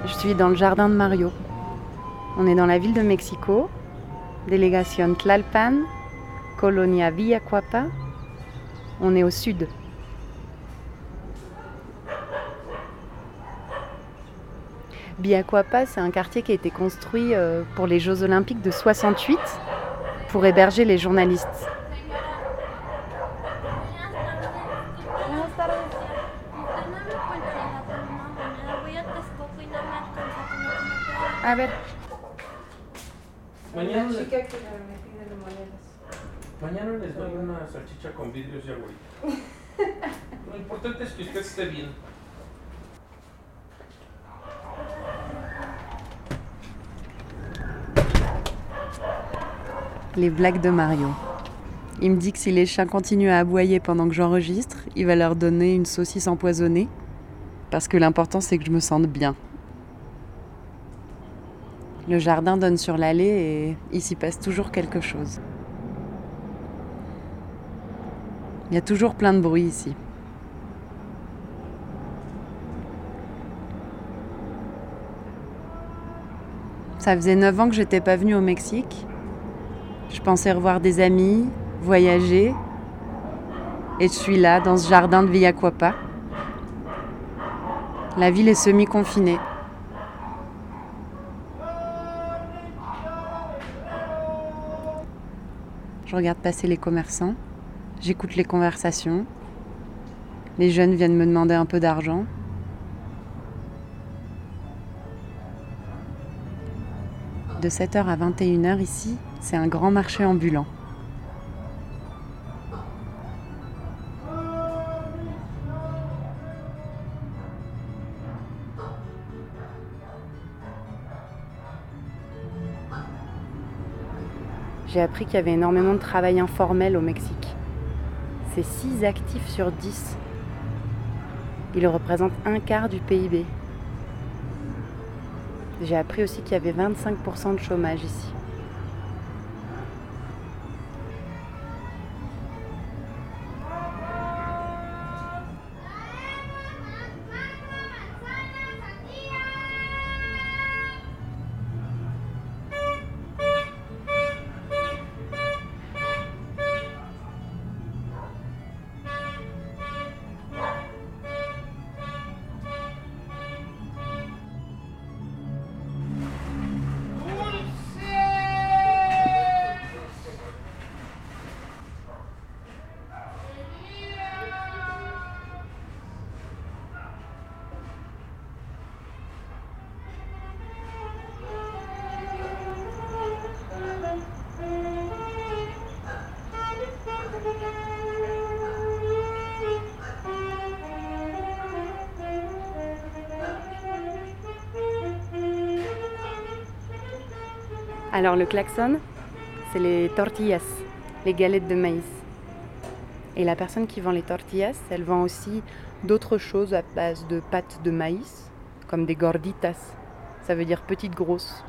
Je suis dans le jardin de Mario. On est dans la ville de Mexico, délégation Tlalpan, colonia Villacuapa. On est au sud. Villacuapa, c'est un quartier qui a été construit pour les Jeux Olympiques de 68 pour héberger les journalistes. A ver. Mañana les doy una salchicha con vidrios y agüita. Lo importante es que usted esté bien. Les blagues de Mario. Il me dit que si les chiens continuent à aboyer pendant que j'enregistre, il va leur donner une saucisse empoisonnée. Parce que l'important, c'est que je me sente bien. Le jardin donne sur l'allée et il s'y passe toujours quelque chose. Il y a toujours plein de bruit ici. Ça faisait 9 ans que j'étais pas venue au Mexique. Je pensais revoir des amis, voyager. Et je suis là, dans ce jardin de Villacuapa. La ville est semi-confinée. Je regarde passer les commerçants, j'écoute les conversations. Les jeunes viennent me demander un peu d'argent. De 7h à 21h ici, c'est un grand marché ambulant. J'ai appris qu'il y avait énormément de travail informel au Mexique. C'est 6 actifs sur 10. Ils représentent un quart du PIB. J'ai appris aussi qu'il y avait 25% de chômage ici. Alors le klaxon, c'est les tortillas, les galettes de maïs. Et la personne qui vend les tortillas, elle vend aussi d'autres choses à base de pâtes de maïs, comme des gorditas, ça veut dire petites grosses.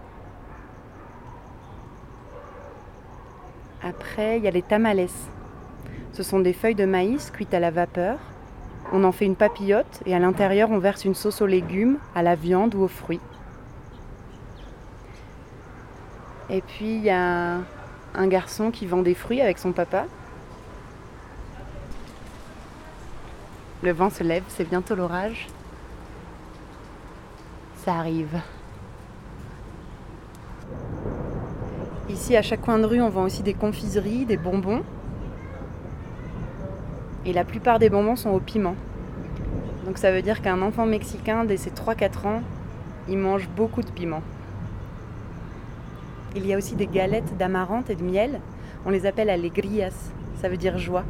Après, il y a les tamales. Ce sont des feuilles de maïs cuites à la vapeur. On en fait une papillote et à l'intérieur, on verse une sauce aux légumes, à la viande ou aux fruits. Et puis, il y a un garçon qui vend des fruits avec son papa. Le vent se lève, c'est bientôt l'orage. Ça arrive. Ici, à chaque coin de rue, on vend aussi des confiseries, des bonbons. Et la plupart des bonbons sont au piment. Donc ça veut dire qu'un enfant mexicain, dès ses 3-4 ans, il mange beaucoup de piment. Il y a aussi des galettes d'amarante et de miel. On les appelle alegrías, ça veut dire joie.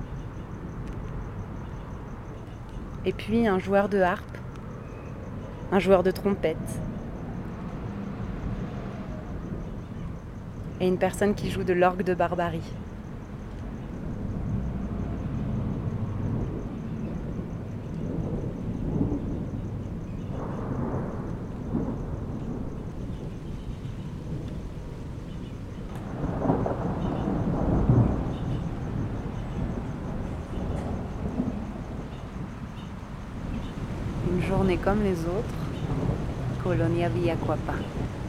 Et puis un joueur de harpe, un joueur de trompette. Et une personne qui joue de l'orgue de Barbarie. Une journée comme les autres. Colonia Villacuapa.